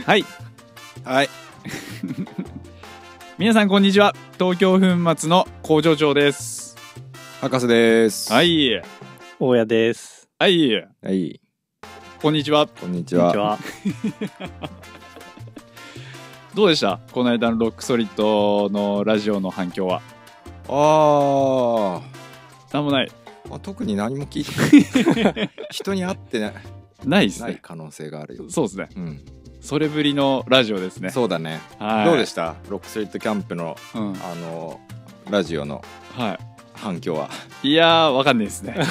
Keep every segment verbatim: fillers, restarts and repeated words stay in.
はいはい皆さんこんにちは。東京粉末の工場長です。 博士です。 はい大家です。 はいはい、 こんにちは。 こんにちは。 こんにちは。 どうでしたこの間のロックソリッドのラジオの反響は。 あなんもない。 あ、特に何も聞いてない人に会ってなないですね。 ない可能性があるよ。 そうですね、 うん、 それぶりのラジオですね。 そうだね、はい、どうでしたロックソリッドキャンプの、うん、あのラジオの反響は。 い、いやーわかんないですね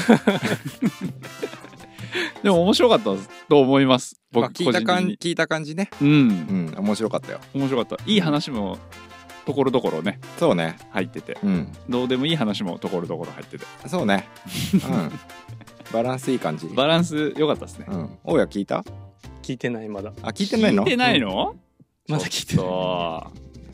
でも面白かったと思います。僕、まあ、 聞いた感じ聞いた感じね。 うん、うん、面白かったよ。 面白かった。いい話もところどころね。 そうね、 入ってて、 うん、 どうでもいい話もところどころ入ってて。 そうね、うん、バランスいい感じ。 バランス良かったですね。 うん、大家聞いた？ 聞いてないまだ。 あ、聞いてないの？ 聞いてないの？うん、 まだ聞いてない。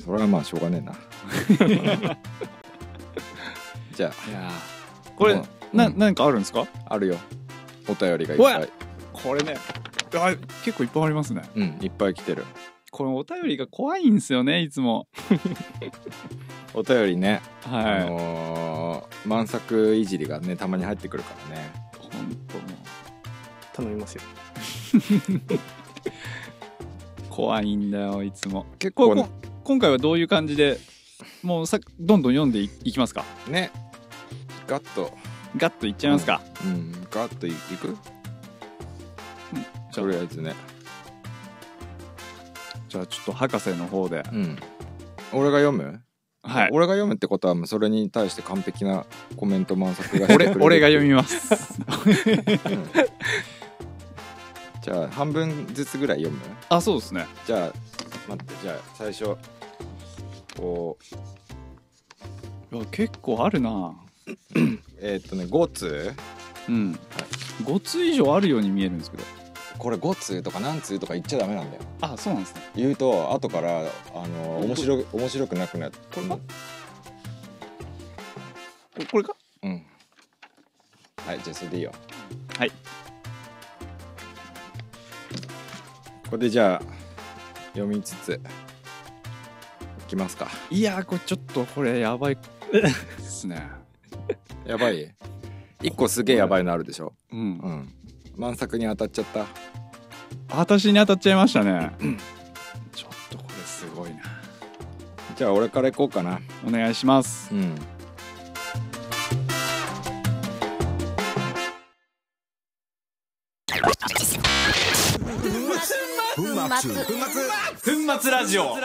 それはまあしょうがねえなじゃあ、いやこれ、うん、な何かあるんですか？ あるよ、お便りがいっぱい。 これね、あ、結構いっぱいありますね。 うん、いっぱい来てる。 このお便りが怖いんですよね、いつもお便りね、 はい、 あのー、満作いじりがねたまに入ってくるからね。 本当もう頼みますよ怖いんだよいつも。 結構ね、 今回はどういう感じでもうさどんどん読んで い, いきますかね。ガッとガッといっちゃいますか。 うん、うん、ガッとい, いく、うん、とりあえずね。 じゃあちょっと博士の方で、 うん、俺が読む？ はい、 俺が読むってことはそれに対して完璧なコメント満作が俺, 俺が読みます、うん、 じゃあ半分ずつぐらい読む？ あ、そうですね。 じゃあ待って、じゃあ最初こう、いや結構あるなえっとねご通、 うん、はい、ご通以上あるように見えるんですけど、 これご通とか何通とか言っちゃダメなんだよ。 あ、そうなんですね。 言うと後からあの面白面白くなくなって。 これか？これか？ うん。はい、じゃあそれでいいよ。 はい。 これでじゃあ読みつついきますか。 いやー、これちょっとこれやばいですねやばい。一個すげえやばいのあるでしょ。 うん、うん、 満作に当たっちゃった。 私に当たっちゃいましたねちょっとこれすごいな。 じゃあ俺からいこうかな。 お願いします。 うん。 粉末粉末ラジオ。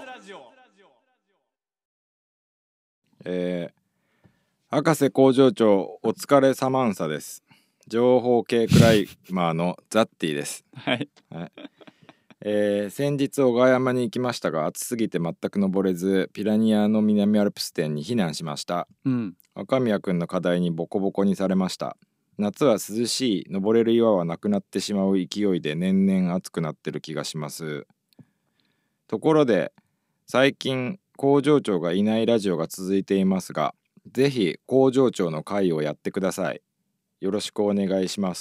えー、博士工場長お疲れサマンサです。情報系クライマーのザッティです。 はい、 はい、えー、先日小川山に行きましたが暑すぎて全く登れずピラニアの南アルプス店に避難しました、うん、若宮くんの課題にボコボコにされました。夏は涼しい、登れる岩はなくなってしまう勢いで年々暑くなってる気がします。ところで最近工場長がいないラジオが続いていますが、ぜひ工場長の会をやってください。よろしくお願いします。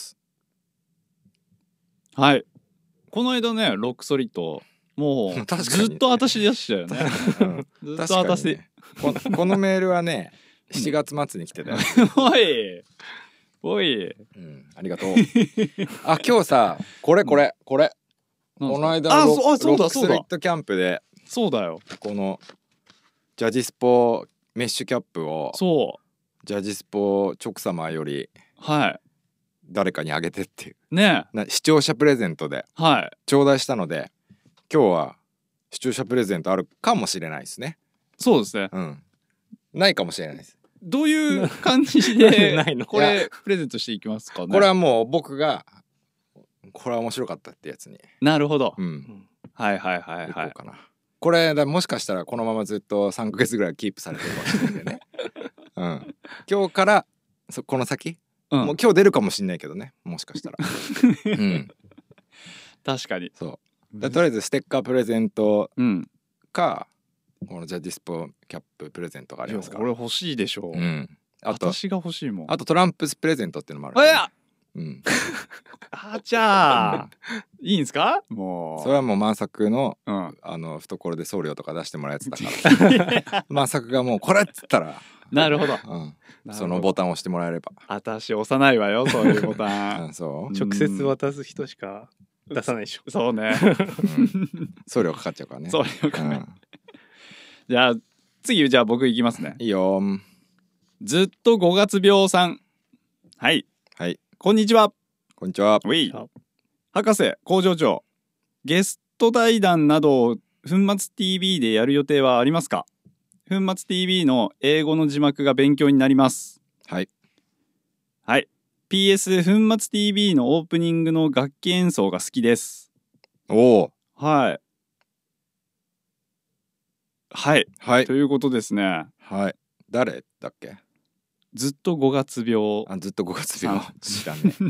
はい、この間ねロックソリッドもうずっと私でしたよね、うん、ずっと私で、ね、 こ, このメールはねしちがつ末に来てたよおいおい、 うん、ありがとうあ、今日さこれこれこれこの間のロックソリッドキャンプでそうだよ、 このジャジスポメッシュキャップをそうジャジスポ直様よりはい誰かにあげてっていうね、視聴者プレゼントで頂戴したので、はい、今日は視聴者プレゼントあるかもしれないですね。 そうですね、 うん、ないかもしれないです。 どういう感じでないのこれプレゼントしていきますかね。 これはもう僕がこれは面白かったってやつに。 なるほど、 うん、 はいはいはいはい。 いこうかな。これだもしかしたらこのままずっとさんかげつぐらいキープされてるかもしれないんでね、うん、今日からそこの先、うん、もう今日出るかもしれないけどね、もしかしたら、うん、 確かにそうだ。とりあえずステッカープレゼントか、うん、このジャジスポキャッププレゼントがありますから。 これ欲しいでしょう、うん、 あと私が欲しいもん。 あとトランプスプレゼントっていうのもある、ね、 いやうん、 あじゃあいいんですか？もうそれはもう万作の、 うん、 あの懐で送料とか出してもらうやつだから万作がもうこれっつったらなるほど、 うん、そのボタンを押してもらえれば。 私押さないわよそういうボタン、 うん、そう直接渡す人しか出さないでしょ。 そうね、 うん、送料かかっちゃうからね。 送料かかる、 うん、 じゃあ次じゃあ僕いきますね。 いいよ。 ずっとごがつ病さん、はいはい、 こんにちは。 こんにちは。 ウェイ博士、工場長、ゲスト対談などを粉末 ティーブイ でやる予定はありますか？粉末 ティーブイ の英語の字幕が勉強になります。 はいはい。ピーエス 粉末 ティーブイ のオープニングの楽器演奏が好きです。 おお、 はいはい、 はい、 ということですね。 はい。誰だっけ？ ずっとごがつ病。 あ、ずっとごがつ病知らんね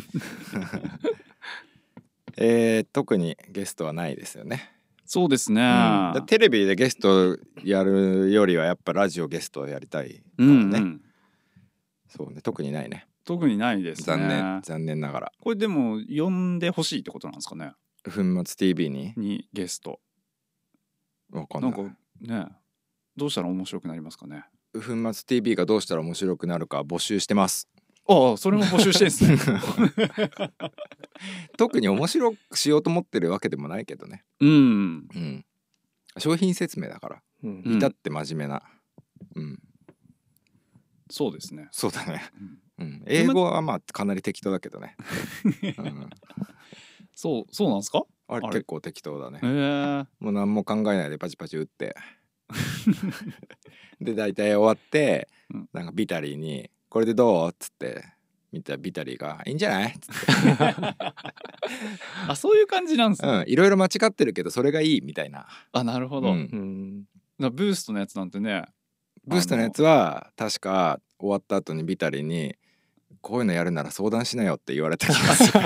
えー、特にゲストはないですよね。 そうですね、 うん、テレビでゲストやるよりはやっぱラジオゲストやりたいからね、うんうん、そうね、特にないね。 特にないですね。 残念残念ながら。 これでも呼んでほしいってことなんですかね？ 粉末 ティーブイ ににゲストわかんない。 なんかね、どうしたら面白くなりますかね？ 粉末 ティーブイ がどうしたら面白くなるか募集してます。 ああ、それも募集してんすね特に面白くしようと思ってるわけでもないけどね。 うん、うん、商品説明だから、うん、至って真面目な、うん、 そうですね。 そうだね、うんうん、英語はまあかなり適当だけどね、うん、 そうそうなんですか？ あれ結構適当だね。 えー、 もう何も考えないでパチパチ打ってで大体終わって、うん、なんかビタリーにこれでどうっつって見たビタリーがいいんじゃないっつってあ、そういう感じなんですね。 うん、いろいろ間違ってるけどそれがいいみたいな。 あ、なるほど、うん、ブーストのやつなんてね、 ブーストのやつは確か終わった後にビタリーにこういうのやるなら相談しなよって言われた気がする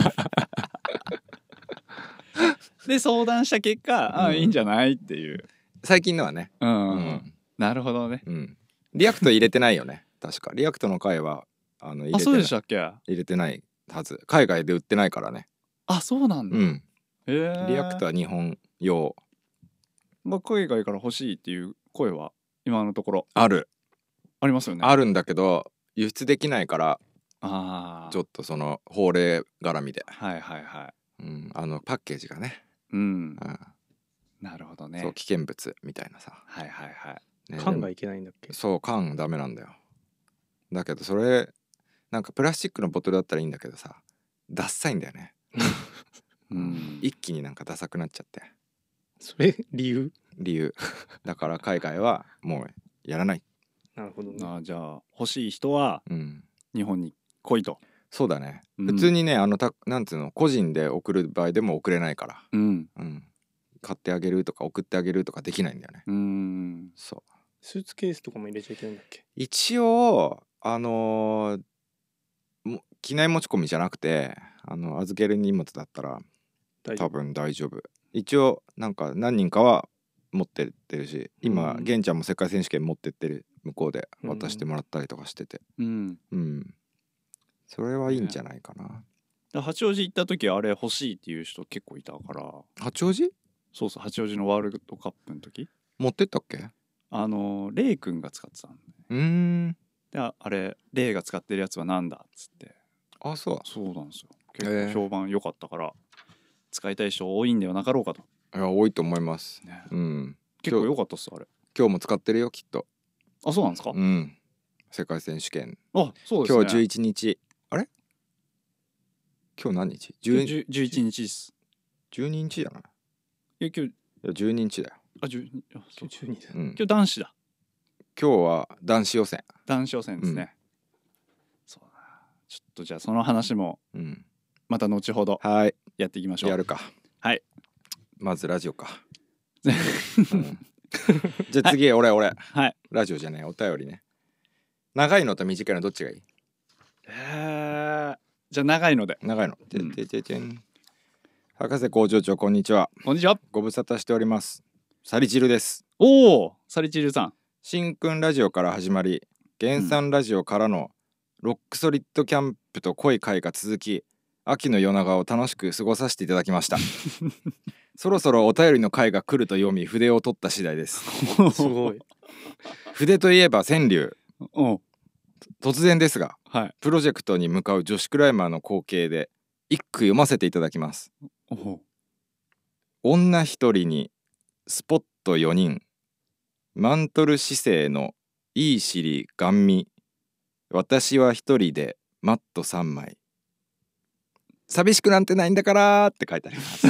で相談した結果、うん、あ、いいんじゃないっていう最近のはね、 うん、うん、なるほどね、 うん、リアクト入れてないよね確かリアクトの回はあの入れてない。 あ、そうでしたっけ？ 入れてないはず。海外で売ってないからね。 あ、そうなんだ、うん、 へー。リアクトは日本用、 まあ、海外から欲しいっていう声は今のところあるありますよね。 あるんだけど輸出できないから、 あ、 ちょっとその法令絡みで、 はいはいはい、 うん、あのパッケージがね、 うん、うん、なるほどね。 そう危険物みたいなさ、 はいはいはい、 ね、缶がいけないんだっけ？ そう缶ダメなんだよ。だけどそれなんかプラスチックのボトルだったらいいんだけどさ、ダッサいんだよねうん、一気になんかダサくなっちゃって。 それ理由理由だから海外はもうやらない。 なるほどね。 あ、じゃあ欲しい人は日本に来いと、うん、 そうだね、うん、普通にねあのたなんつうの個人で送る場合でも送れないから、うんうん、買ってあげるとか送ってあげるとかできないんだよね。うん、そうスーツケースとかも入れちゃいけないんだっけ？ 一応あのー機内持ち込みじゃなくてあの預ける荷物だったら多分大丈夫。一応なんか何人かは持ってってるし、今玄、うん、ちゃんも世界選手権持ってってる向こうで渡してもらったりとかしてて、うん、うん、それはいいんじゃないかな、 ね、八王子行った時あれ欲しいっていう人結構いたから。 八王子？ そうそう、八王子のワールドカップの時持ってったっけ？ あのレイ君が使ってたの、ね、うーんであれレイが使ってるやつはなんだっつって。 あ、そうそうなんですよ。結構評判良かったから使いたい人多いんではなかろうかと。 いや多いと思います、ね、うん、 結構良かったっすあれ。 今日も使ってるよきっと。 あ、そうなんですか？ うん、世界選手権。 あ、そうですね。 今日じゅういちにち。あれ今日何日？ じゅういちにちです。 じゅうににちじゃない？ いや今日いやじゅうににちだよ。 あ、じゅうに、あ、そうじゅうにだ、うん、今日男子だ。 今日は男子予選。 男子予選ですね、うん、そうだ。ちょっとじゃあその話もまた後ほどやっていきましょう。 やるか。 はい。 まずラジオか、うん、じゃあ次、はい、俺俺、 はい、 ラジオじゃねえお便りね。長いのと短いのどっちがいい？ えー、じゃあ長いので。 長いの、うん、てててん。博士工場長こんにちは。 こんにちは。 ご無沙汰しております。サリチルです。 おお、サリチルさん。 新君ラジオから始まり、原産ラジオからのロックソリッドキャンプと濃い会が続き、 秋の夜長を楽しく過ごさせていただきましたそろそろお便りの回が来ると読み筆を取った次第ですすごい。 筆といえば川柳。 お突然ですが、 はい。 プロジェクトに向かう女子クライマーの光景で一句読ませていただきます。 お女一人にスポットよにん、マントル姿勢のいい尻ガン見、私は一人でマットさんまい、寂しくなんてないんだからって書いてあります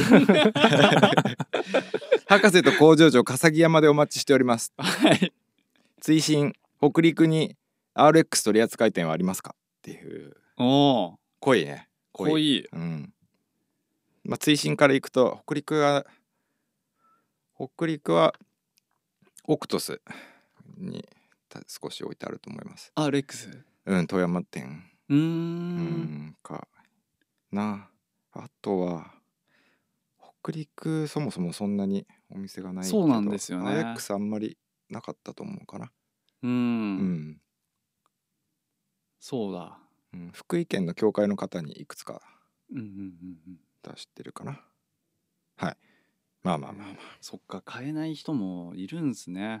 博士と工場長笠木山でお待ちしております。 はい追伸、北陸に アールエックス 取扱店はありますかっていうおー濃いね。 濃い。 うんまあ追伸からいくと北陸は北陸はオクトスに少し置いてあると思います。 アールエックス。 うん富山店うーんうんかな。あとは北陸そもそもそんなにお店がないけど、 そうなんですよね。 アールエックス あんまりなかったと思うかな。 うん、 うん、 そうだ。 うん、福井県の教会の方にいくつかうんうんうんうん出してるかな。はい。まあまあまあまあ。 そっか、買えない人もいるんですね。 うん。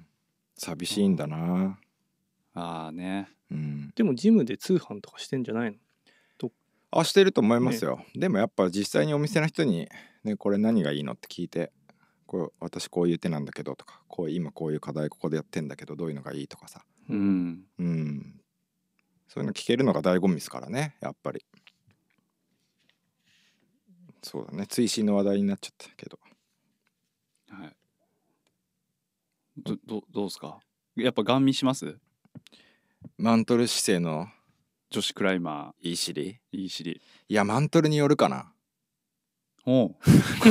寂しいんだな。 ああね。 うん。 でもジムで通販とかしてんじゃないの？ あ、してると思いますよ。でもやっぱ実際にお店の人にね、これ何がいいのって聞いて、こう私こういう手なんだけどとか、こう今こういう課題ここでやってんだけどどういうのがいいとかさ。 うん。 うん。そういうの聞けるのが醍醐味ですからね、やっぱり。そうだね。追伸の話題になっちゃったけど。 はい。どどどうですか。やっぱガン見します。 マントル姿勢の女子クライマいい尻。 ーいい尻。 いやマントルによるかな。 おう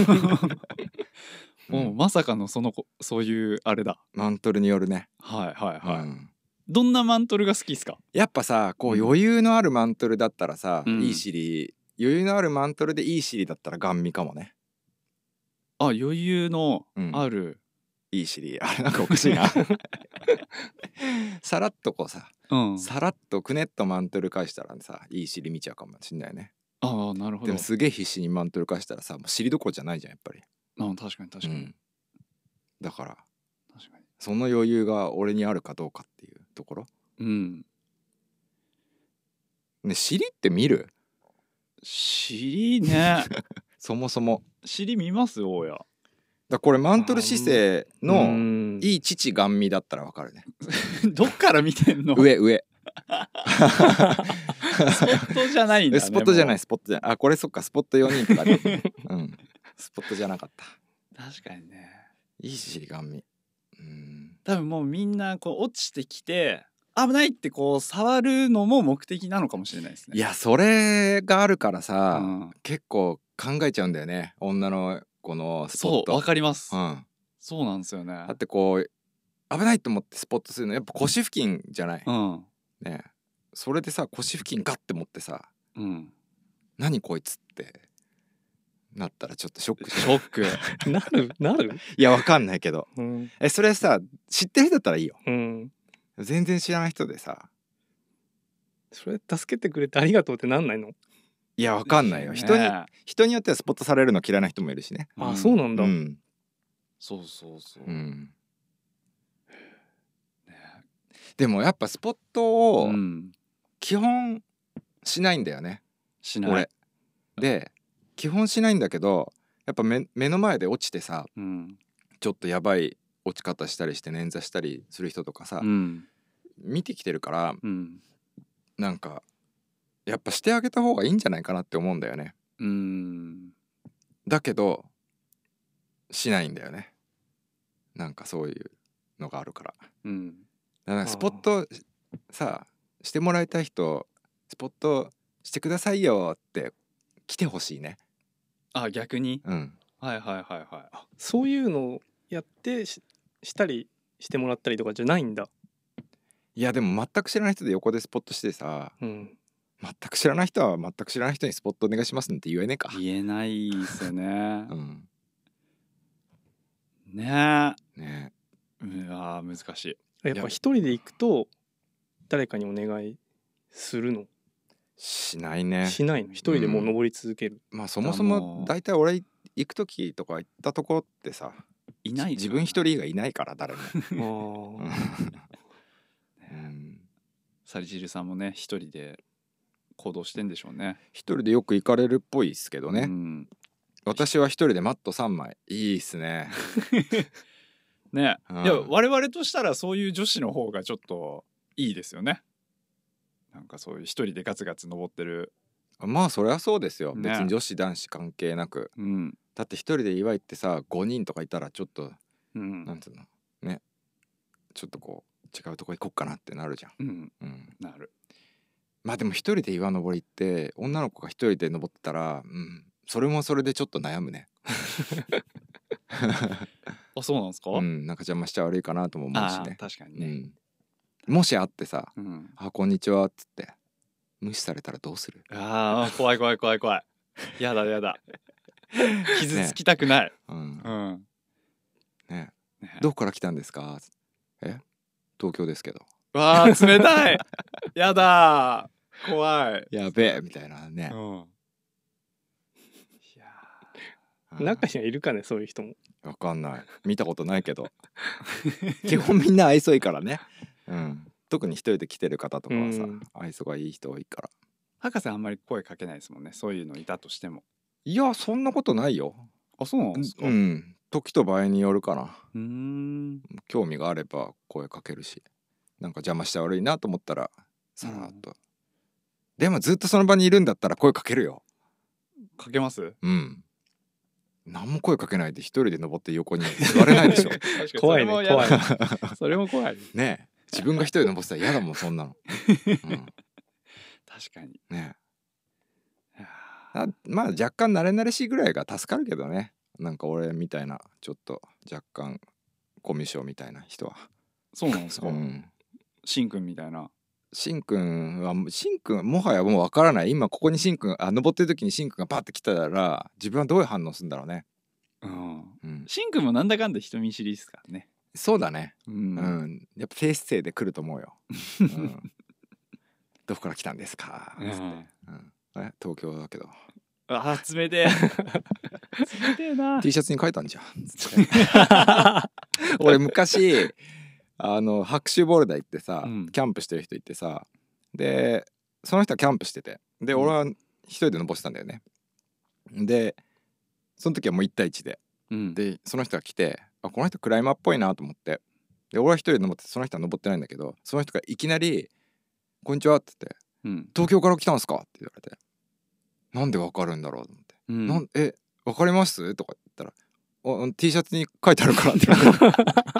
うんおうまさかのその子そういうあれだ。 マントルによるね。 はいはいはい。 うんどんなマントルが好きですか。 やっぱさこううん余裕のあるマントルだったらさ、 うんいい尻余裕のあるマントルでいい尻だったらガン見かもね。 あ、余裕のある。 いい尻あれなんかおかしいなさらっとこうさ、 うん。 さらっとくねっとマントル返したらさいい尻見ちゃうかもしんないね。 ああなるほど。 でもすげえ必死にマントル返したらさもう尻どころじゃないじゃんやっぱり。 あ確かに確かに、 うんだから確かに。 その余裕が俺にあるかどうかっていうところ。 うん。 ね尻って見る？ 尻ね。 そもそも尻見ます大家。 だこれマントル姿勢のうんいい父ガン見だったらわかるね。 どっから見てんの。 上上スポットじゃないんだね。 スポットじゃないもスポットじゃない。あこれそっかスポットよにんとかでうんスポットじゃなかった。 う確かにね。 いい尻ガン見。うん多分もうみんなこう落ちてきて危ないってこう触るのも目的なのかもしれないですね。 いやそれがあるからさ、 うん結構考えちゃうんだよね女の子のスポット。 そうわかります、 うん、 そうなんですよね。 だってこう危ないと思ってスポットするのやっぱ腰付近じゃない、 うんねそれでさ腰付近ガッて持ってさうん何こいつってなったらちょっとショック。 ショック。 なるなるいやわかんないけどうんえそれさ知ってる人だったらいいよ。 うん全然知らない人でさそれ助けてくれてありがとうってなんないの？ いやわかんないよ、 ね人に人によってはスポットされるの嫌いな人もいるしね。 あそうなんだ、 うん、 そうそうそう、 うん、 ねでもやっぱスポットをうん、 基本しないんだよね、 しない。 俺で基本しないんだけどやっぱ 目, 目の前で落ちてさうんちょっとやばい落ち方したりして捻挫したりする人とかさ、 うん見てきてるからうんなんかやっぱしてあげた方がいいんじゃないかなって思うんだよね。 うんだけどしないんだよねなんかそういうのがあるから。 うんだからスポットさしてもらいたい人スポットしてくださいよって来てほしいね。 あ逆にうんはいはいはいはい。 そういうのをやってししたりしてもらったりとかじゃないんだ。 いやでも全く知らない人で横でスポットしてさうん全く知らない人は全く知らない人にスポットお願いしますなんて言えねえか。 言えないですよねう。んねねえ。うわ難しい。 やっぱ一人で行くと誰かにお願いするの？ しないね。 しないの？一人でもう登り続ける、 うん、まあそもそも大体俺行く時とか行ったとこってさいない自分一人以外いないから誰も。 あうん、 サリジルさんもね一人で行動してんでしょうね。 一人でよく行かれるっぽいですけどね、 うん、 私は一人でマットさんまいいいっすね。 ね、 うん、 いや我々としたらそういう女子の方がちょっといいですよね。なんかそういう一人でガツガツ登ってる。 まあそりゃそうですよ、 ね、 別に女子男子関係なく、 うん、 だって一人で祝いってさごにんとかいたらちょっと、 うん、 なんつうのね、ちょっとこう違うとこ行こっかなってなるじゃん、 うんうん、 なる。 まあでも一人で岩登りって女の子が一人で登ってたら、うん、それもそれでちょっと悩むね。 あ、そうなんですか？ うん、なんか邪魔しちゃ悪いかなとも思うしね。 確かにね、 うん、もし会ってさ、 うん、 あこんにちはっつって無視されたらどうする？ ああ怖い怖い怖い怖い。やだやだ。傷つきたくない。 ね、うん、 うん、 ね、 ね、 どこから来たんですか？え、東京ですけど。 わあ冷たい。やだ怖い。 やべえみたいなね、 うん、いや中にはいるかねそういう人も。 わかんない、見たことないけど基本みんな愛想いいからね、うん、特に一人で来てる方とかはさ、うん、愛想がいい人多いから。 博士あんまり声かけないですもんね、そういうのいたとしても。 いやそんなことないよ。 あ、そうなんですか？ うん、時と場合によるかな。 うーん、 興味があれば声かけるし、なんか邪魔して悪いなと思ったらさらっと、うん、でもずっとその場にいるんだったら声かけるよ。 かけます？ うん、何も声かけないで一人で登って横に座れないでしょ。 怖いね怖いね。 それも怖いねえ、自分が一人で登ってたら嫌だもんそんなの、うん、 確かにねえ。あ、まあ若干慣れ慣れしいぐらいが助かるけどね。なんか俺みたいなちょっと若干コミュ障みたいな人は。 そうなんですか？うん、しんくんみたいな。 しんくんはしんくんもはやもう分からない。今ここにしんくんあ登ってる時にしんくんがパッて来たら自分はどういう反応するんだろうね。 うんうん、しんくんもなんだかんだ人見知りですからね。 そうだね、 うん、 うん、やっぱ低姿勢で来ると思うよ、うん、どこから来たんですかつって、うんうん、え東京だけど。 あー冷てえ冷てえな。 T シャツに書いたんじゃんつって俺昔あの白州ボルダー行ってさ、うん、キャンプしてる人いてさ、でその人はキャンプしてて、で、うん、俺は一人で登ってたんだよね。でその時はもういち対いちで、うん、でその人が来て、あこの人クライマーっぽいなと思って、で俺は一人で登ってその人は登ってないんだけど、その人がいきなり「こんにちは」って言って、うん、東京から来たんすか?」って言われて、なんでわかるんだろうと思って、うん、なんえわかりますとか言ったら、T シャツに書いてあるからって言われて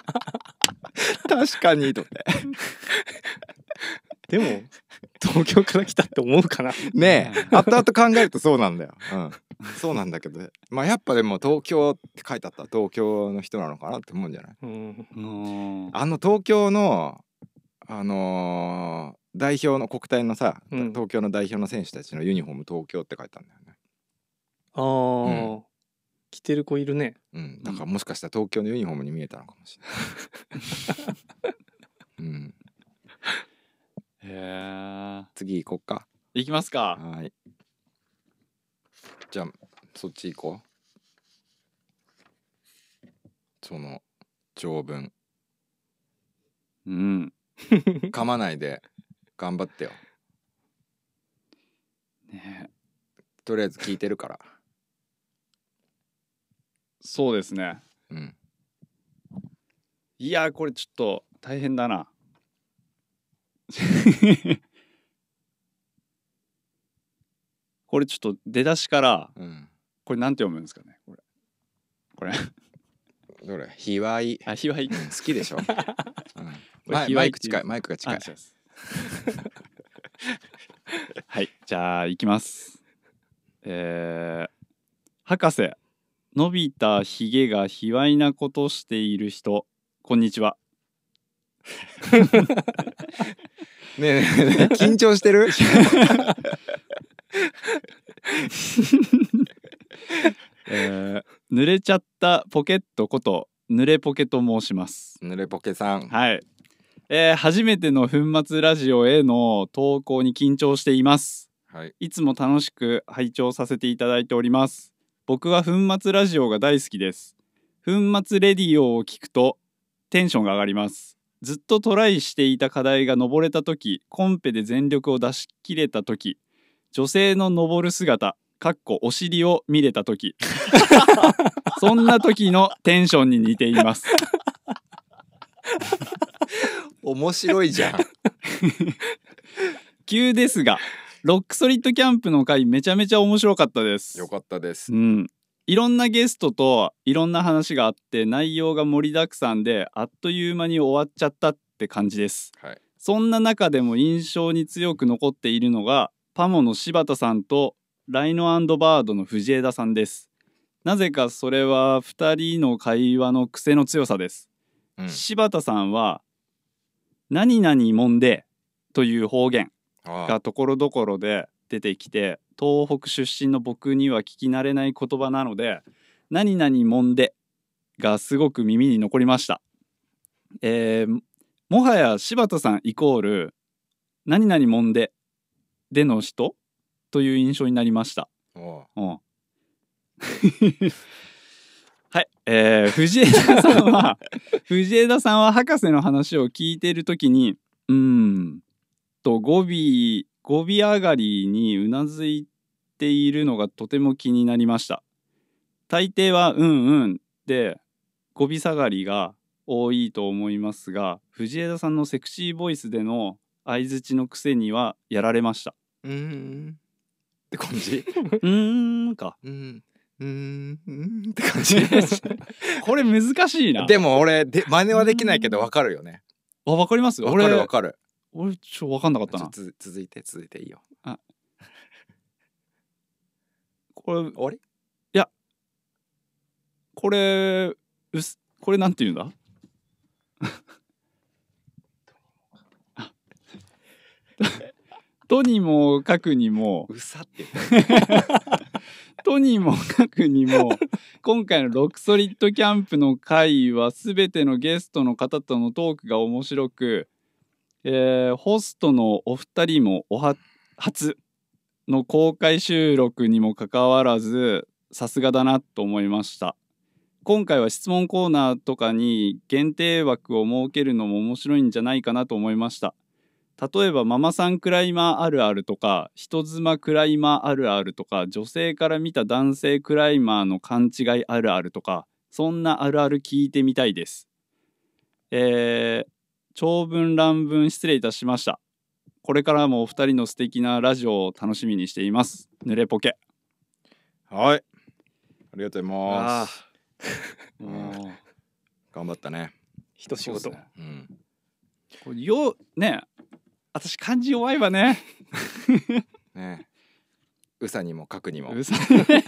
確かにと思ってでも東京から来たって思うかなねえ後々考えるとそうなんだよ、うん、そうなんだけど、まあやっぱでも東京って書いてあったら東京の人なのかなって思うんじゃない？うん、あの東京のあのー、代表の国体のさ、うん、東京の代表の選手たちのユニフォーム東京って書いてあるんだよね。 ああ、うん、着てる子いるね。 うん、だからもしかしたら東京のユニフォームに見えたのかもしれない。うん。 へえ。 次行こっか。 行きますか。 はい。じゃあそっち行こう。その条文。 うん。 噛まないで頑張ってよ。 ね。 とりあえず聞いてるから。 そうですね。 うん。 いやこれちょっと大変だな。これちょっと出だしから、うん、これなんて読むんですかねこれ。これ。 どれ？ひわい。 あ、ひわい。 好きでしょ。うん、マ, マイク近い。マイクが近い。 はい、じゃあ行きます。えー、博士、伸びたひげが卑猥なことしている人、こんにちは。 ねえねえねえ緊張してる？ えー、濡れちゃったポケットこと濡れポケと申します。 濡れポケさん。 はい。えー、初めての粉末ラジオへの投稿に緊張しています。 はい、 いつも楽しく拝聴させていただいております。僕は粉末ラジオが大好きです。粉末レディオを聞くとテンションが上がります。ずっとトライしていた課題が登れた時、コンペで全力を出し切れた時、女性の登る姿かっこお尻を見れた時そんな時のテンションに似ています面白いじゃん急ですがロックソリッドキャンプの回めちゃめちゃ面白かったです。 よかったです、 うん、いろんなゲストといろんな話があって内容が盛りだくさんであっという間に終わっちゃったって感じです、 はい、 そんな中でも印象に強く残っているのがパモの柴田さんとライノ&バードの藤枝さんです。なぜかそれはふたりの会話の癖の強さです、うん、柴田さんは何々もんでという方言がところどころで出てきて、東北出身の僕には聞き慣れない言葉なので何々もんでがすごく耳に残りました、えー、もはや柴田さんイコール何々もんででの人という印象になりました。おうおうはい、えー、藤枝さんは藤枝さんは博士の話を聞いているときにうーんと語尾語尾上がりにうなずいているのがとても気になりました。大抵はうんうんで語尾下がりが多いと思いますが、藤枝さんのセクシーボイスでの相槌の癖にはやられました。 うーんって感じうーんかうんうーんうんって感じこれ難しいな。 でも俺で真似はできないけど分かるよね。 あ、分かります。 分かる分かる。 俺ちょっと分かんなかったな。 つ続いて続いていいよ。 あこれ終わり？いやこれうすこれなんて言うんだとにもかくにもうさって言ったとにもかくにも今回のロックソリッドキャンプの回は全てのゲストの方とのトークが面白く、えー、ホストのお二人もおは初の公開収録にもかかわらずさすがだなと思いました。今回は質問コーナーとかに限定枠を設けるのも面白いんじゃないかなと思いました。例えばママさんクライマーあるあるとか人妻クライマーあるあるとか女性から見た男性クライマーの勘違いあるあるとかそんなあるある聞いてみたいです。えー、長文乱文失礼いたしました。これからもお二人の素敵なラジオを楽しみにしています。ぬれポケ。 はい、ありがとうございます。 あもう頑張ったね。 一仕事、 ね、うん、 これよね私漢字弱いわねねうさにも書くにもうさ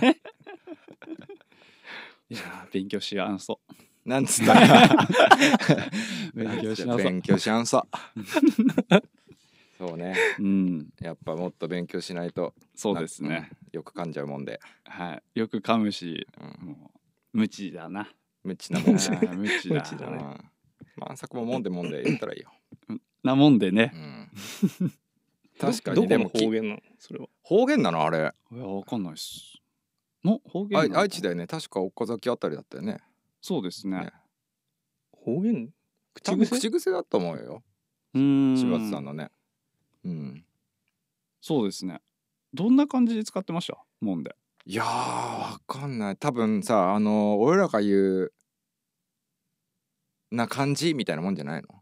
いや勉強しやんそうなんつった勉強しなそう勉強しやんそうそうね、 うん、 やっぱもっと勉強しないと。 そうですね、 うん、よく噛んじゃうもんで、 はい、よく噛むし、うん、もう無知だな無知なもんで無知だだね、 うん、満作ももんでもんで言ったらいいよなもんでね、 うん、確かに。 でも方言なのそれは方言なのあれ。 いやわかんないっす。の方言なの愛知だよね。確か岡崎あたりだったよね。 そうですね。 ね方言口癖口癖だと思うよ。 うーん柴田さんのね。うん。 そうですね。どんな感じで使ってましたもんで。 いやーわかんない。多分さあの俺らが言うな感じみたいなもんじゃないの。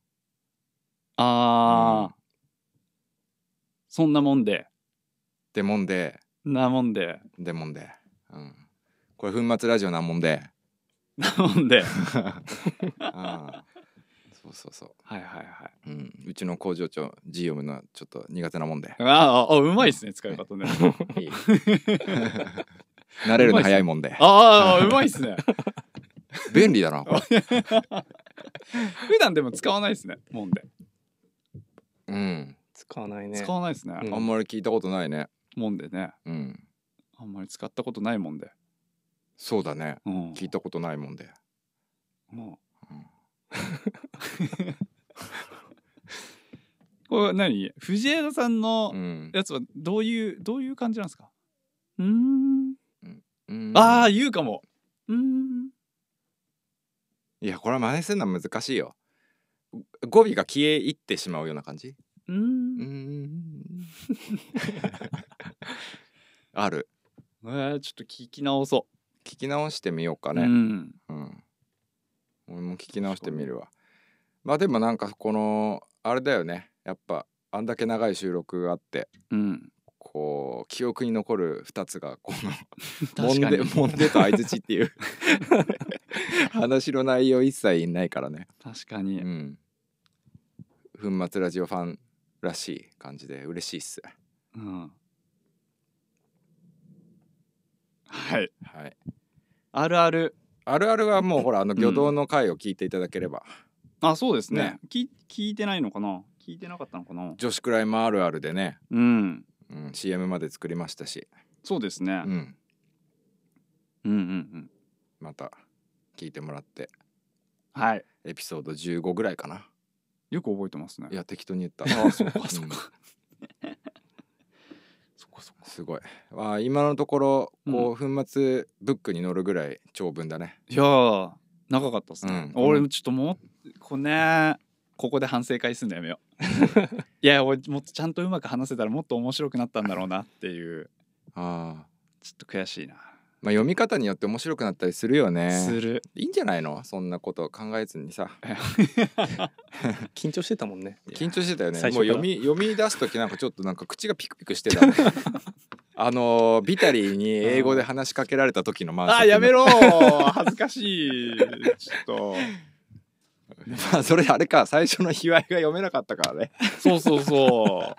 あー、うん、そんなもんででもんでなもんででもんで、うん、これ粉末ラジオなもんでなもんであそうそうそう、 はいはいはい、 うん、うちの工場長ジ読むのはちょっと苦手なもんで。 ああうまいですね使い方ねいい慣れるの早いもんで。 ああうまいっすね便利だなこれ普段でも使わないですねもんで。 うん、 使わないね。 使わないですね、 うん、あんまり聞いたことないねもんでね。 うん、 あんまり使ったことないもんで。 そうだね、 うん、 聞いたことないもんで、 もう、うん、 これ何藤枝さんのうんやつはどういうどういう感じなんですか？うーんうんああ言うかも。うーんいやこれは真似するのは難しいよ。語尾が消え入ってしまうような感じ。 うーうんんある。 えー、ちょっと聞き直そ聞き直してみようかう。 ね。 うんうん俺も聞き直してみるわ。まあでもなんかこのあれだよね、やっぱあんだけ長い収録があってうんこう記憶に残るふたつがこのも確かにんでもんでと相づちっていう話の内容一切ないからね。 確かに、 うん粉末ラジオファンらしい感じで嬉しいっす。 うんはいはい。 あるあるあるあるはもうほらあの魚道の回を聞いていただければ、 あそうですねね聞聞いてないのかな聞いてなかったのかな。 女子クライマーあるあるでね、 うんうん、シーエム まで作りましたし、 そうですね、 うん、 うんうんうんまた聞いてもらってはいエピソードじゅうごぐらいかな。 よく覚えてますね。 いや適当に言った。 ああそうかうんそうか、そっかそっかすごい。あ今のところこう粉末ブックに載るぐらい長文だね。 いやー長かったですね、 うん俺もちょっともうこれねここで反省会すんのやめよういや俺もっとちゃんとうまく話せたらもっと面白くなったんだろうなっていうあちょっと悔しいな。 まあ読み方によって面白くなったりするよね。 するいいんじゃないのそんなこと考えずにさ。 緊張してたもんね。 緊張してたよね。 最初からもう読み読み出す時なんかちょっとなんか口がピクピクしてたもんあのビタリーに英語で話しかけられた時のまあやめろー恥ずかしいちょっとまあそれあれか最初の卑猥が読めなかったからね。 そうそうそう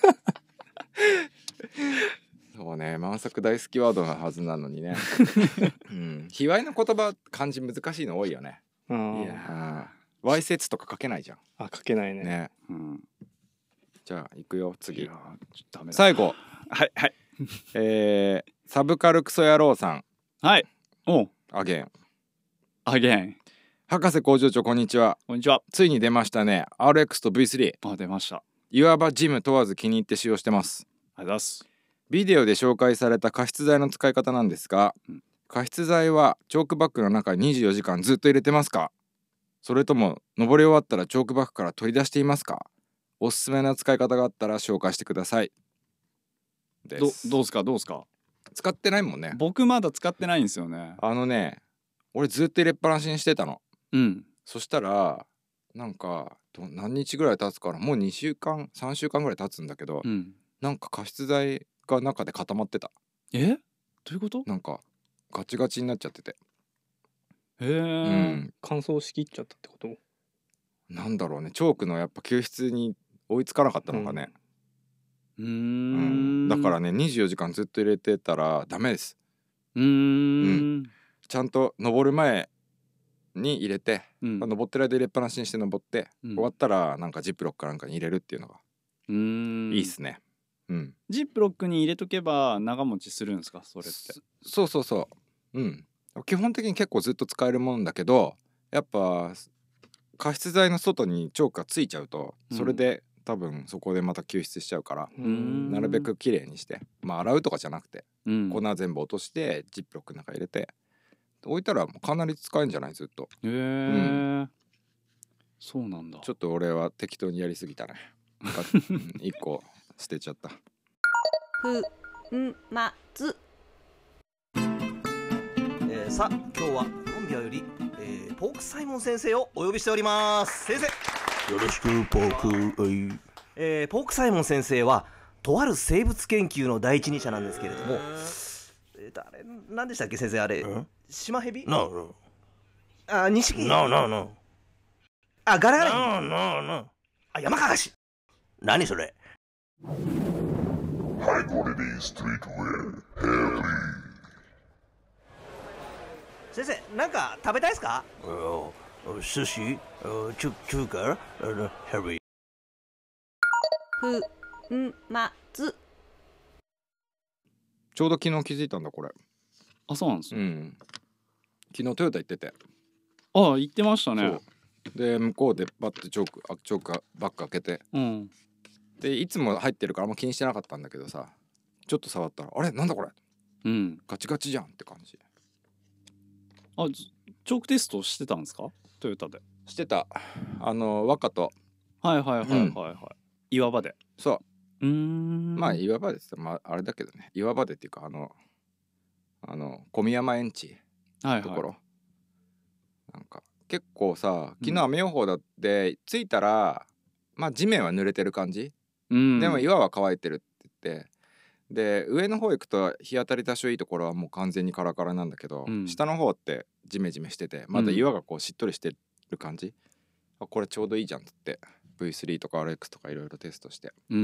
そうね満作大好きワードなはずなのにね、うん、卑猥の言葉漢字難しいの多いよね。 うんいやわいせつとか書けないじゃんあ書けないね。 ね。 うんじゃあ行くよい次や。ちょっとダメだ最後、 はいはいえー、サブカルクソ野郎さんはいおうアゲン。 アゲン博士工場長こんにちは。 こんにちは。 ついに出ましたね アールエックス と ブイスリー。 あ出ました。あいわばジム問わず気に入って使用してます。 りがとうございます。 ビデオで紹介された加湿剤の使い方なんですが、 うん加湿剤はチョークバッグの中ににじゅうよじかんずっと入れてますか？それとも登り終わったらチョークバッグから取り出していますか？おすすめな使い方があったら紹介してください。でどす。 どうすかどうすか。 使ってないもんね。 僕まだ使ってないんですよね。 あのね俺ずっと入れっぱなしにしてたの。 うんそしたらなんかど何日ぐらい経つからもうにしゅうかんさんしゅうかんぐらい経つんだけど、 うんなんか加湿剤が中で固まってた。 えどういうこと？ なんかガチガチになっちゃってて、 へえ、 うん、 乾燥しきっちゃったってこと？ なんだろうねチョークのやっぱ吸湿に追いつかなかったのかね、 うーうんんだからねにじゅうよじかんずっと入れてたらダメです。 うーんちゃんと登る前に入れて、 うん登ってる間入れっぱなしにして登って、 うん終わったらなんかジップロックかなんかに入れるっていうのがうーんいいっすね。うんジップロックに入れとけば長持ちするんですかそれって？ そそうそうそううん基本的に結構ずっと使えるもんだけどやっぱ加湿剤の外にチョークがついちゃうとそれで、多分そこでまた吸湿しちゃうから、 うーんなるべくきれいにしてまあ洗うとかじゃなくて、 うん粉全部落としてジップロックの中入れて置いたらもうかなり使えるんじゃないずっと。 へえ、そうなんだ。 ちょっと俺は適当にやりすぎたねいっこ捨てちゃった。 ふんまつえー、さあ今日はコンビアより、えー、ポークサイモン先生をお呼びしております。先生よろしくポーク、はい、 えー、ポークサイモン先生はとある生物研究の第一人者なんですけれども、えー、誰何でしたっけ先生あれシマヘビ No, あニシキ no, no, no, あガラガラ no, no, no. あヤマカガシ何それ先生なんか食べたいですか？ 寿司中中華ヘビーふんまつちょうど昨日気づいたんだこれ。 あそうなんですよ、 うん昨日トヨタ行っててあ言ってましたね。 そうで向こうでバッてチョークあチョークバッグ開けてうんでいつも入ってるからあんま気にしてなかったんだけどさ、ちょっと触ったらあれなんだこれ、 うん、 ガチガチじゃんって感じ。 あ、チョークテストしてたんですか、トヨタで。 してた。あの若と、 はいはいはいはいはい、うん、岩場で。 そう、 うーん、まあ岩場でって、まあ、あれだけどね、岩場でっていうかあのあの小宮山園地のところ、はいはい、なんか結構さ、昨日雨予報だって、うん、着いたらまあ地面は濡れてる感じ、うん、でも岩は乾いてるって言って、で上の方行くと日当たり多少いいところはもう完全にカラカラなんだけど、うん、下の方ってジメジメしててまだ岩がこうしっとりしてる感じ、うん、あこれちょうどいいじゃんって言って ブイスリー とか アールエックス とかいろいろテストして、うん、うん、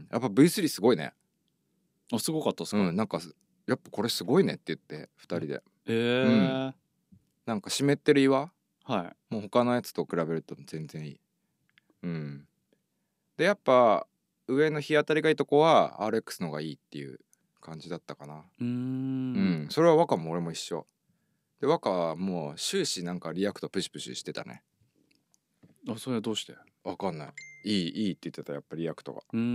やっぱ ブイスリー すごいね。 あ、すごかったっすか。 うん、なんかやっぱこれすごいねって言ってふたりで、 えー、うん、 なんか湿ってる岩、 はい、 もう他のやつと比べると全然いい。うん、でやっぱ上の日当たりがいいとこは アールエックス の方がいいっていう感じだったかな。うーん、うん、それは若も俺も一緒で、若はもう終始なんかリアクトプシプシしてたね。 あ、それはどうして？ わかんない。いいいいって言ってた、やっぱりリアクトが。 うーん、うん、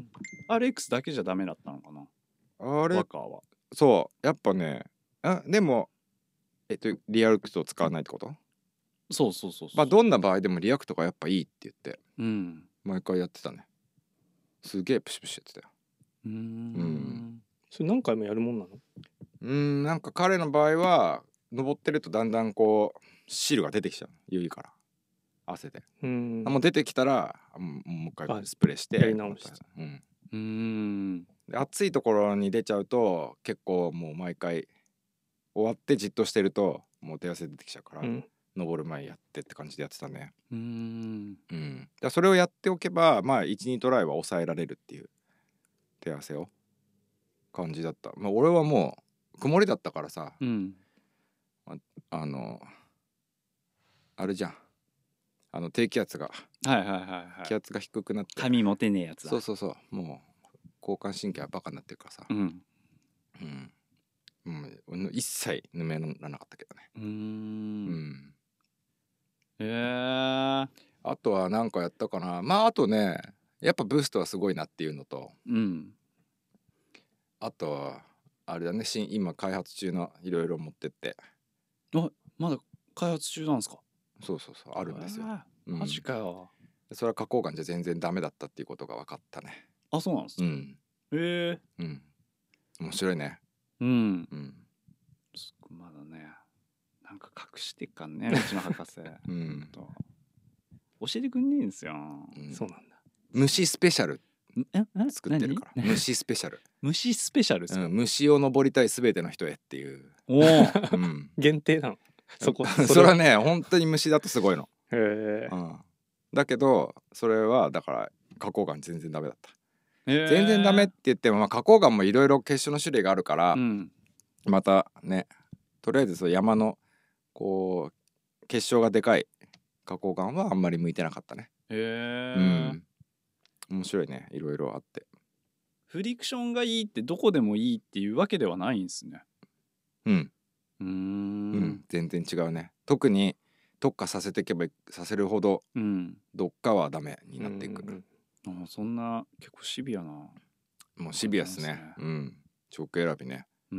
アールエックス だけじゃダメだったのかな、 あれ若は。 そうやっぱね、あでもえっとリアクトを使わないってこと？ そうそうそうそう、 まあどんな場合でもリアクトがやっぱいいって言って、 うん、 毎回やってたね。すげえプシプシやってたよ。 うーん、うん、 それ何回もやるもんなの？ うーん、なんか彼の場合は登ってるとだんだんこう汁が出てきちゃう、指から汗で。うん、もう出てきたらもう一回スプレーしてやり直して、 うん、 うーん、 で暑いところに出ちゃうと結構もう毎回終わってじっとしてるともう手汗出てきちゃうから、うん、登る前やってって感じでやってたね。うーん、うん、だそれをやっておけばまあ いちにトライは抑えられるっていう手汗を感じだった。まあ、俺はもう曇りだったからさ、うん、あ, あのあれじゃん、あの低気圧が、 はいはいはいはい、 気圧が低くなって髪持てねえやつだ。 そうそうそう、もう交感神経はバカになってるからさ、うんうん、うん、一切ぬめらなかったけどね。うーん、うん、へえ。あとは何かやったかな。まああとねやっぱブーストはすごいなっていうのと、うん、あとはあれだね、新今開発中のいろいろ持ってって。 あ、まだ開発中なんですか？ そうそうそう、あるんですよ。 うん、マジかよ。 それは花崗岩じゃ全然ダメだったっていうことが分かったね。 あ、そうなんですか。うん、 へえ。うん、面白いね。うん、うん、 まだねなんか隠してっかんねうちの博士、うん、教えてくんねえんですよ、うん、 そうなんだ。 虫スペシャル作ってるから。虫スペシャル虫スペシャルですか、 うん、虫を登りたいすべての人へっていう。おお、 うん、限定なのそこ。 それはね本当に虫だとすごいの。 へえ、うん、 だけどそれはだから花崗岩全然ダメだった。全然ダメって言っても、まあ、花崗岩もいろいろ結晶の種類があるから、うん、またねとりあえずその山のこう結晶がでかい花崗岩はあんまり向いてなかったね。へえ、うん、面白いね、いろいろあって。 フリクションがいいってどこでもいいっていうわけではないんですね。 うん、うーん、うん、全然違うね。特に特化させていけばさせるほど、うん、どっかはダメになっていく。うんうん、あ、そんな結構シビアな。 もうシビアっすね。うん、チョーク選びね。うん、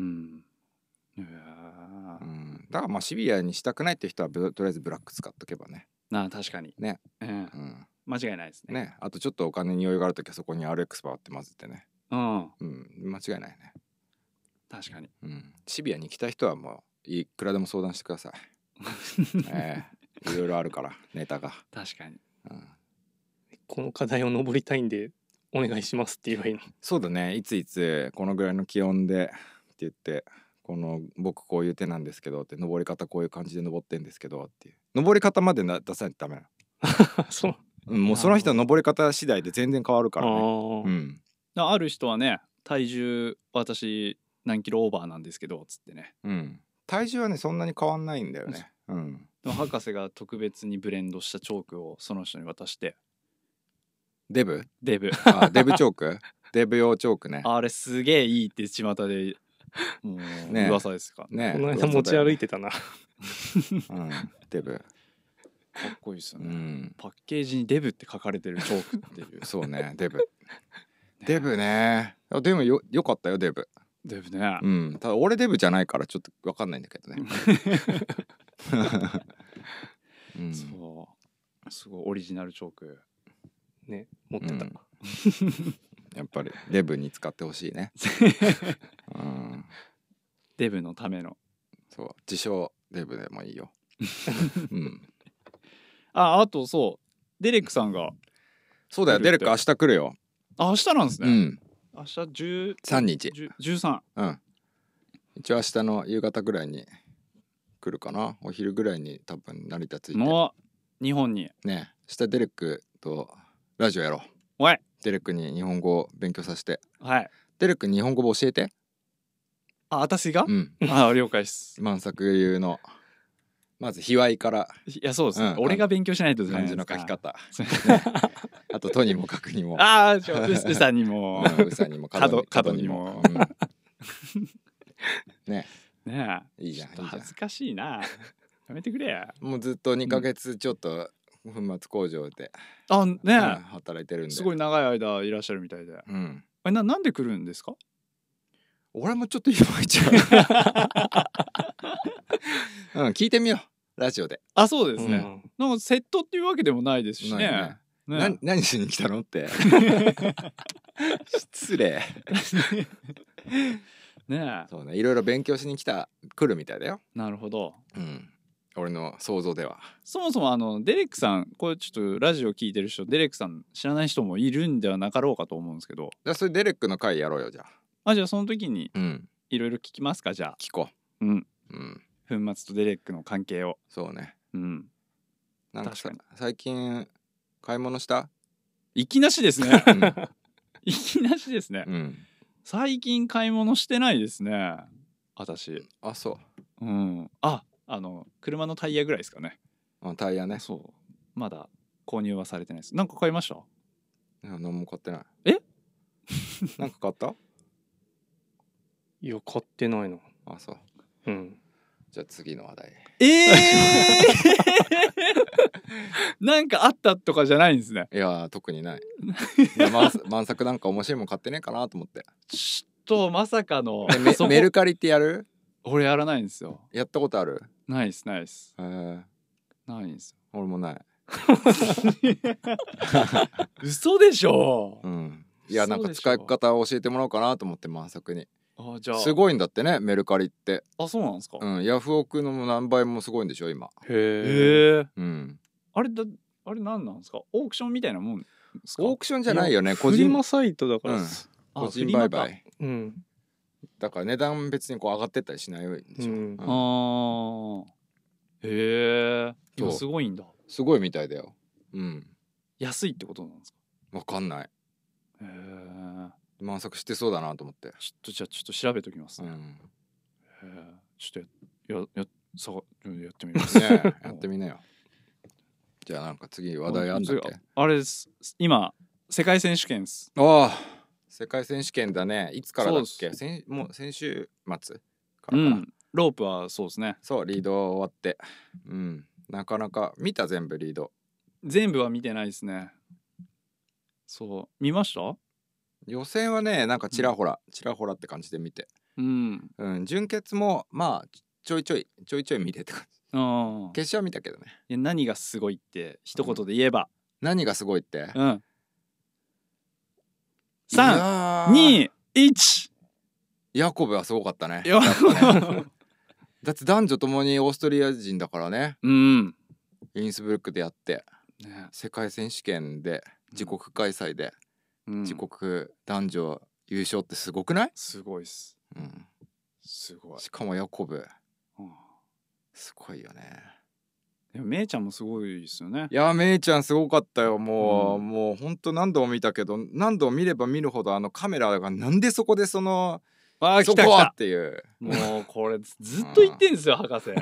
いや、うん、だからまあシビアにしたくないって人はとりあえずブラック使っとけばね。 なあ、確かにね、うん、うん、間違いないですね。 ね、あとちょっとお金に余裕があるときはそこに アールエックス バーって混ぜてね。うん、うん、間違いないね。 確かに、 うん、シビアに行きたい人はもういくらでも相談してください。えー、いろいろあるからネタが。 確かに、うん、 この課題を登りたいんでお願いしますって言えばいいの？ そうだね、いついつこのぐらいの気温でって言って、この僕こういう手なんですけどって、登り方こういう感じで登ってんですけどっていう登り方までな出さないとダメなの。そう、うん、もうその人の登り方次第で全然変わるからね。あ、 うん、ある人はね、体重私何キロオーバーなんですけどつってね、 うん、体重はねそんなに変わんないんだよね。うん、 でも博士が特別にブレンドしたチョークをその人に渡して、 デブデブあデブチョークデブ用チョークね。 あれすげえいいって巷でもう噂ですかね。この間持ち歩いてたな、 うん、デブっこいいですよね、 うん、 パッケージにデブって書かれてるチョークっていうそうねデブデブね。でもよよかったよデブ。 デブね。 うん。ただ俺デブじゃないからちょっと分かんないんだけどね。 うん、そうすごいオリジナルチョークね持ってた、うん、 やっぱりデブに使ってほしいね、うん、 デブのためのそう自称デブでもいいよ、うん、 ああとそうデレックさんがそうだよデレック明日来るよ。 あ明日なんですね、うん、明日じゅうさんにちじゅうさんうん一応明日の夕方ぐらいに来るかな。お昼ぐらいに多分成田着いてもう日本にね明日デレックとラジオやろう。 おいデレックに日本語を勉強させて。 はいデレック日本語教えて。 あ私がうんあ了解です満作流のまず卑猥からいやそうですね、うん、俺が勉強しないと漢字の書き方、ね、あととにも書くにもああうさにもうさにも角にもねねえいいじゃん恥ずかしいなやめてくれやもうずっとにかげつちょっと粉末工場で、 うん、あねえ、うん、 働いてるんですごい長い間いらっしゃるみたいで、 うん、 あれ な, なんで来るんですか。 俺もちょっといまいちゃう、うん、聞いてみようラジオで。 あそうですね、うん、なんかセットっていうわけでもないですしね。ねね何しに来たのって失礼ねえそうねいろいろ勉強しに来た来るみたいだよ。 なるほど、 うん、俺の想像では。 そもそもあのデレックさんこれちょっとラジオ聞いてる人デレックさん知らない人もいるんではなかろうかと思うんですけど。 じゃあそれデレックの回やろうよじゃあ。 あじゃあその時にいろいろ聞きますかじゃあ。 聞こう。うん、うん、粉末とデレックの関係を。 そうね。 うんなんかさ最近買い物した？ いきなしですね、うん、いきなしですね、 うん、 最近買い物してないですね私。 あそう、 うん、ああの車のタイヤぐらいですかね。 あタイヤね。 そうまだ購入はされてないです。なんか買いました？ いや何も買ってない。 えなんか買った？ いや買ってないの。 あそう、 うん、 じゃあ次の話題。 えーなんかあったとかじゃないんですね。 いや特にない満作なんか面白いもん買ってねえかなと思って。 ちょっとまさかのメ, メルカリってやる？ 俺やらないんですよ。 やったことある？ ないですないです。 へーないんですよ。 俺もない嘘でしょ、 うん、いやなんか使い方を教えてもらおうかなと思って満作に。 あじゃあすごいんだってねメルカリって。 あそうなんですか。 うんヤフオクの何倍もすごいんでしょ今。 へえ、 うん、 あれだあれ何なんですか。オークションみたいなもんですか。 オークションじゃないよね個人フリマサイトだから、うん、 個人売買、 うん、 だから値段別にこう上がってったりしないでしょ、うんうん、 あーへえ今すごいんだ。 すごいみたいだよ。うん安いってことなんですか。 わかんない。へえ満作してそうだなと思って。 ちょっとじゃあちょっと調べときますね、うん、へえちょっとやややさやってみますねやってみなよじゃあなんか次話題あんだっけ。 あれです今世界選手権です。 ああ世界選手権だね。いつからだっけ。先もう先週末からかな、うん、 ロープはそうですね。 そうリード終わってうんなかなか見た。全部リード全部は見てないですね。そう見ました。 予選はねなんかちらほら、うん、ちらほらって感じで見て、 うんうん、準決もまあちょいちょいちょいちょい見てって感じ。 あ決勝は見たけどね。 いや何がすごいって一言で言えば、 うん、何がすごいって、 うん、さんにいちヤコブはすごかったね。 やっぱねだって男女ともにオーストリア人だからね、 うん、 インスブルックでやって、 ね、 世界選手権で自国開催で、うん、自国男女優勝ってすごくない？ すごいっす、 うん、 すごい。 しかもヤコブ、 うん、 すごいよね。 いやめいちゃんもすごいですよね。 いやめいちゃんすごかったよ。もう、うん、もうほんと何度も見たけど何度も見れば見るほどあのカメラがなんでそこでそのあーそこはっていうもうこれずっと言ってんですよ、うん、博士、うん、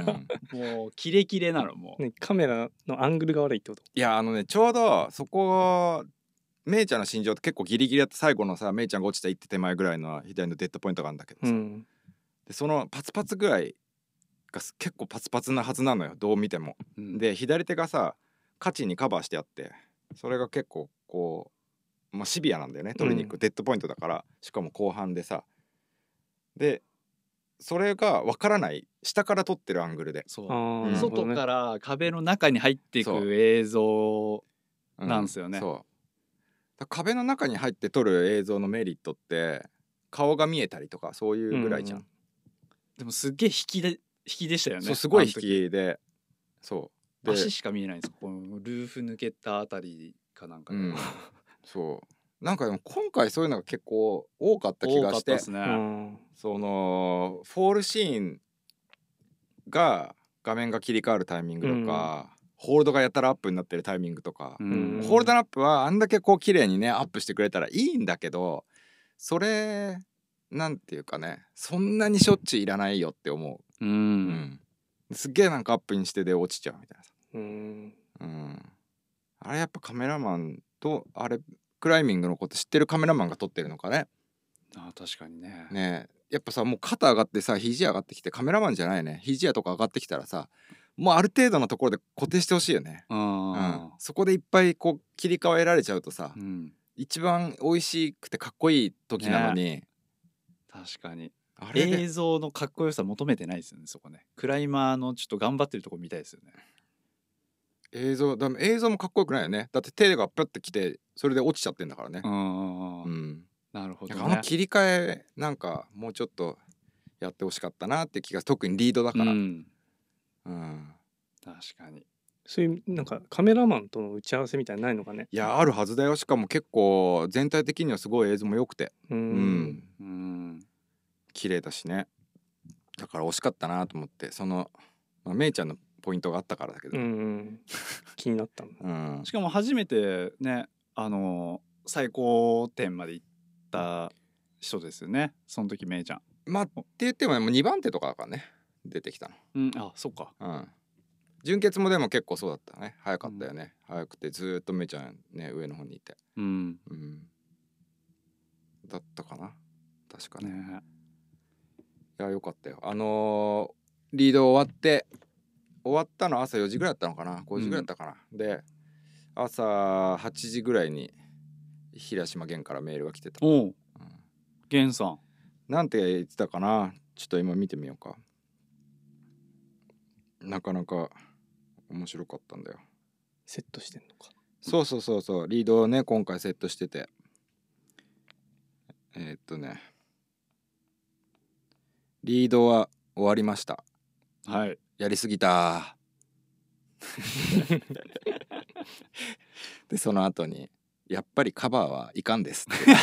もうキレキレなのもう、 ね、カメラのアングルが悪いってこと。 いやあのねちょうどそこめいちゃんの心情って結構ギリギリやって最後のさめいちゃんが落ちた一手手前ぐらいの左のデッドポイントがあるんだけどさ、うん、でそのパツパツぐらいが結構パツパツなはずなのよ、どう見ても、うん、で左手がさカチにカバーしてあって、それが結構こう、まあ、シビアなんだよね取りに行く、うん、デッドポイントだから、しかも後半でさ、でそれが分からない、下から撮ってるアングルで、 そう、うん、外から壁の中に入っていく映像なんですよね、 うん、そう壁の中に入って撮る映像のメリットって顔が見えたりとかそういうぐらいじゃん、うん、 でもすっげえ引きで引きでしたよね。 そうすごい引きで、そうで足しか見えないんです。このルーフ抜けたあたりかなんかで、うん、 そうなんかでも今回そういうのが結構多かった気がして、多かったですね、うん、そのフォールシーンが画面が切り替わるタイミングとか、うん、ホールドがやたらアップになってるタイミングとか、うん、ホールドアップはあんだけこう綺麗にねアップしてくれたらいいんだけど、それなんていうかね、そんなにしょっちゅういらないよって思う、うんうん、すっげえなんかアップにしてで落ちちゃうみたいな、うんうん、あれやっぱカメラマンとあれクライミングのこと知ってるカメラマンが撮ってるのかね。 あ、確かにね。 ねやっぱさもう肩上がってさ肘上がってきてカメラマンじゃないね、肘やとか上がってきたらさもうある程度のところで固定してほしいよね、うん、そこでいっぱいこう切り替えられちゃうとさ、うん、一番美味しくてかっこいい時なのに、ね、 確かにあれ映像のかっこよさ求めてないですよねそこね。クライマーのちょっと頑張ってるとこ見たいですよね。 映像だ映像もかっこよくないよね。だって手がピョってきてそれで落ちちゃってんだからね。うん、うん、 なるほどね。 あの切り替えなんかもうちょっとやってほしかったなって気が、特にリードだから、うんうん、確かにそういうなんかカメラマンとの打ち合わせみたいなのないのかね。 いやあるはずだよ。しかも結構全体的にはすごい映像も良くて、うん、うん、うん綺麗だしね。だから惜しかったなと思って、その、まあ、めいちゃんのポイントがあったからだけど、うんうん、 気になったんだ、 うん、しかも初めてねあの最高点まで行った人ですよねその時めいちゃん。 まあって言っても、ね、もうにばん手とかだからね出てきたの、 うん、あそっか、 うん、準決もでも結構そうだったね。早かったよね、うん、早くてずっとめいちゃんね上の方にいて、うんうん、だったかな確かね。ねいやよかったよ。あのー、リード終わって終わったの朝よじぐらいだったのかなごじぐらいだったかな、うん、で朝はちじぐらいに平島源からメールが来てた。 おう源さんなんて言ってたかな、ちょっと今見てみようか。なかなか面白かったんだよ。 セットしてんのか。 そうそうそうそうリードをね今回セットしてて、えー、っとねリードは終わりました。 はい。 やりすぎたでその後にやっぱりカバーはいかんですって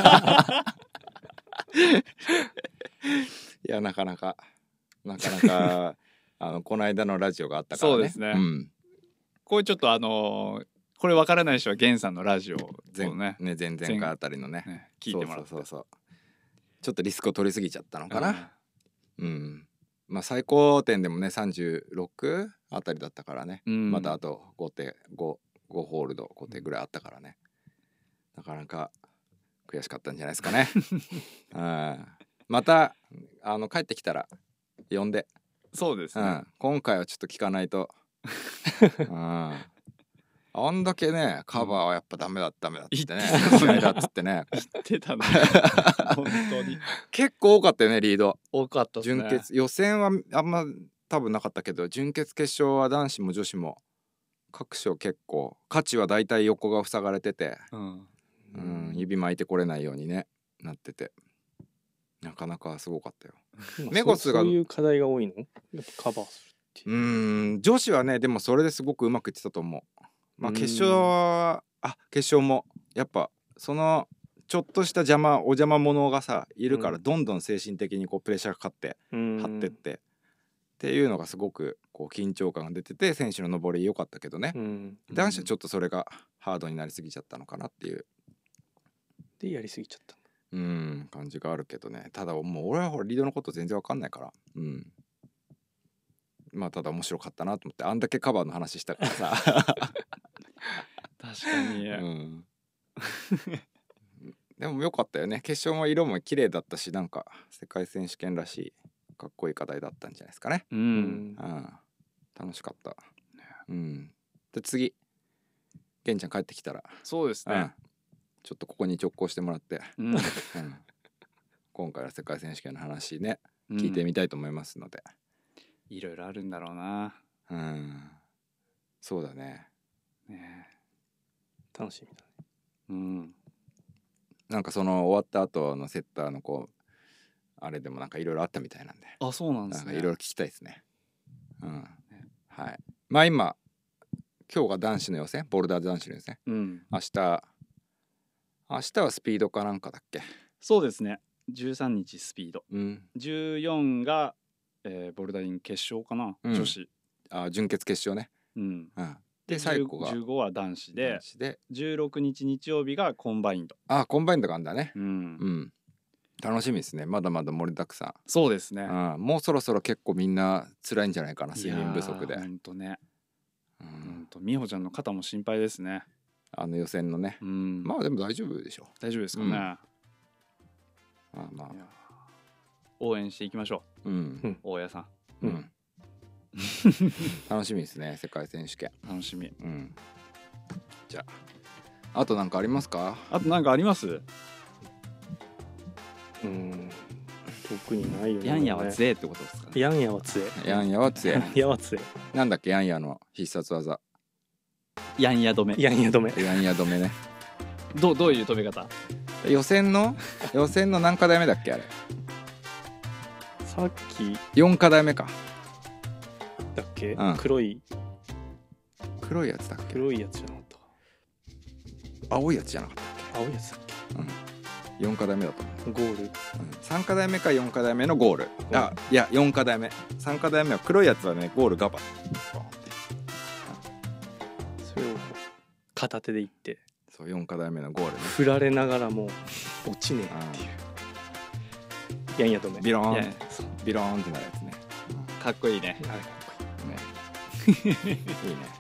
いやなかなかなかなかあのこの間のラジオがあったからね。 そうですね、うん、これちょっとあのー、これわからない人は源さんのラジオをねね前々回あたりの ね, ね聞いてもらって、 そうそうそうちょっとリスクを取りすぎちゃったのかな、うん、うん、まあ最高点でもねさんじゅうろくあたりだったからね、うん、またあとご手 5, 5ホールドご手ぐらいあったからね、なかなか悔しかったんじゃないですかね、うん、またあの帰ってきたら呼んで。 そうですね、うん、 今回はちょっと聞かないと、うん、あんだけねカバーはやっぱダメだダメだってねダメだっつってね言ってたね本当に結構多かったよねリード。 多かったですね。 準決予選はあんま多分なかったけど準決決勝は男子も女子も各所結構価値はだいたい横が塞がれてて、うんうん、指巻いてこれないようにねなっててなかなかすごかったよ。 メゴスがそういう課題が多いの？やっぱカバーするっていう。 うーん女子はねでもそれですごくうまくいってたと思う。まあ決勝はあ決勝もやっぱそのちょっとした邪魔お邪魔者がさいるからどんどん精神的にこうプレッシャーかかって張ってってっていうのがすごくこう緊張感が出てて選手の登り良かったけどね、男子はちょっとそれがハードになりすぎちゃったのかなっていうでやりすぎちゃったうん感じがあるけどね。ただもう俺はほらリードのこと全然わかんないから、うん、まあただ面白かったなと思ってあんだけカバーの話したからさ確かに、うん、 でもよかったよね。決勝も色も綺麗だったしなんか世界選手権らしいかっこいい課題だったんじゃないですかね。 うん、 うんうん楽しかった、うんで次玄ちゃん帰ってきたらそうですね、 うんちょっとここに直行してもらって、 うんうん、今回の世界選手権の話ね聞いてみたいと思いますので、 いろいろあるんだろうな、 うん、そうだね。 ね、 楽しみだね。 うん、 なんかその終わった後のセッターのこうあれでもなんかいろいろあったみたいなんで、 あそうなんですね。 なんかいろいろ聞きたいですね。うん、はい。まあ今今日が男子の予選、ボルダー男子の予選。 うん、 明日明日はスピードかなんかだっけ。 そうですね。じゅうさんにちスピード、 うん、 じゅうよんが、えー、ボルダリング決勝かな、 うん、 女子。 あ準決決勝ね。 うんうん、で最後がじゅうごは男子で、 男子でじゅうろくにち日曜日がコンバインド。 あコンバインドがあるんだね。 うん、 うん、楽しみですね。まだまだ盛りだくさん。 そうですね。 うん、もうそろそろ結構みんな辛いんじゃないかな、睡眠不足で。 ほんとね、 うほんん、 と美穂ちゃんの肩も心配ですね。 あの予選のね、 うん、 まあでも大丈夫でしょ。 大丈夫ですかね、 うんまあまあいや応援していきましょう、 うん大家さん。 うん、楽しみですね、世界選手権。 楽しみ。 うん、じゃああとなんかありますか？ あとなんかあります？ うん特にないよね。 ヤンヤは強えってことですかね。 ヤンヤは強い。 ヤンヤは強い。 ヤンヤは強い。 なんだっけ、ヤンヤの必殺技。 ヤンヤ止め。 ヤンヤ止め。 ヤンヤ止めね。 どうどういう止め方？ 予選の予選の何課題目だっけあれ。 さっきよん課題目か。 だっけ、 うん黒い黒いやつだっけ。 黒いやつじゃなかったか。 青いやつじゃなかったっ青いやつだっけ。よん課題目だと思う。 け。ゴール。 うん、さん課題目かよん課題目のゴール。あいやよん課題目。さん課題目は黒いやつはねゴールガバ。 それを片手で行ってそうよん課題目のゴールね。 振られながらも落ちねえっていう。ヤンヤ止め。 ビローンいやビローンってなるやつね。 かっこいいね。 あれかっねいいね。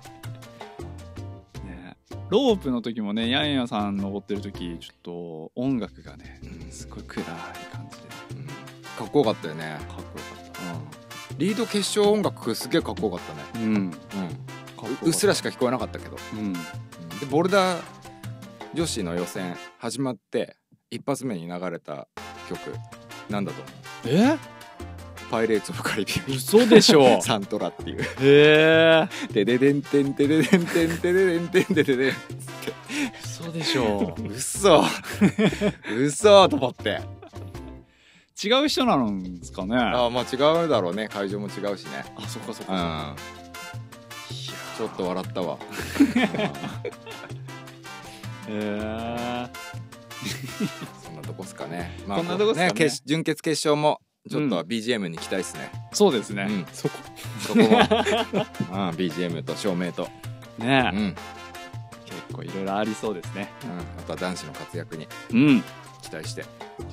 ねロープの時もね、ヤンヤさん登ってる時ちょっと音楽がね、 うんすごい暗い感じでうんかっこよかったよね。 かっこよかった。 リード決勝音楽すげえかっこよかったね。 うん、 うん、うっすらしか聞こえなかったけど、 うん、 でボルダー女子の予選始まって一発目に流れた曲なんだと思う？ えパイレーツ・オブ・カリビアン嘘でしょサントラっていうへえデデデンテンテデデンテンテデデンテンテデデン嘘でしょ嘘嘘と思って違う人なんですかね。 ああまあ違うだろうね、会場も違うしね。 あそっかそっうんかちょっと笑ったわへえそんなとこっすかね。まこんなとこっすかね決準決決勝もちょっと ビージーエム に期待ですね。 そうですね、 うん、 そこ。 そこも、うん、ビージーエム と照明と、 ね、 うんうん、 結構いろいろありそうですね。 あとは男子の活躍にうん期待して。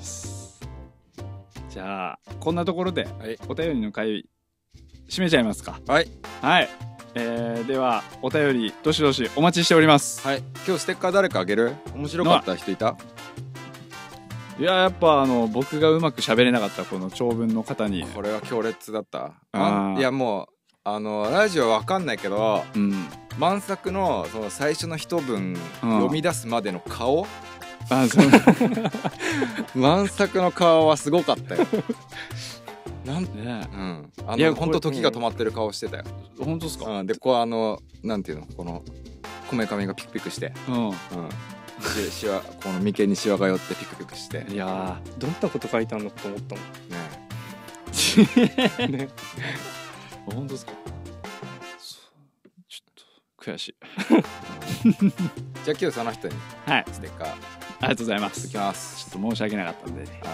じゃあこんなところではいお便りの回締めちゃいますか。 はいはい、えー、ではお便りどしどしお待ちしております。 はい。今日ステッカー誰かあげる？面白かった人いた？ いややっぱあの僕がうまく喋れなかったこの長文の方に、 これは強烈だった。 あーいやもうあのラジオわかんないけどうん満作のその最初の一文読み出すまでの顔、 あそう満作の顔はすごかったよ。なんねうんあいやの本当時が止まってる顔してたよ。 本当ですか。 うんでこうあのなんていうのこのこめかみがピクピクして、 ううんししわこの眉間にシワが寄ってピクピクしてんいやどんなこと書いたのかと思ったもね。 ーん。ね。 本当ですか。そうちょっと悔しい。 じゃあ今日その人にはいステッカーありがとうございます。 いきます。 ちょっと申し訳なかったんでね。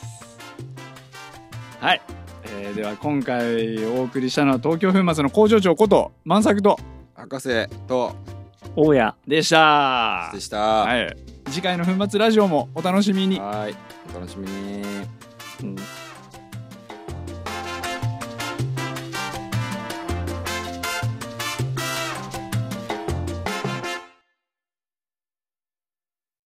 はい。 はい、えー、では今回お送りしたのは東京粉末の工場長こと万作と博士と大家。 でした。 でした。 はい、次回の粉末ラジオもお楽しみに。 はい。お楽しみに。 うん。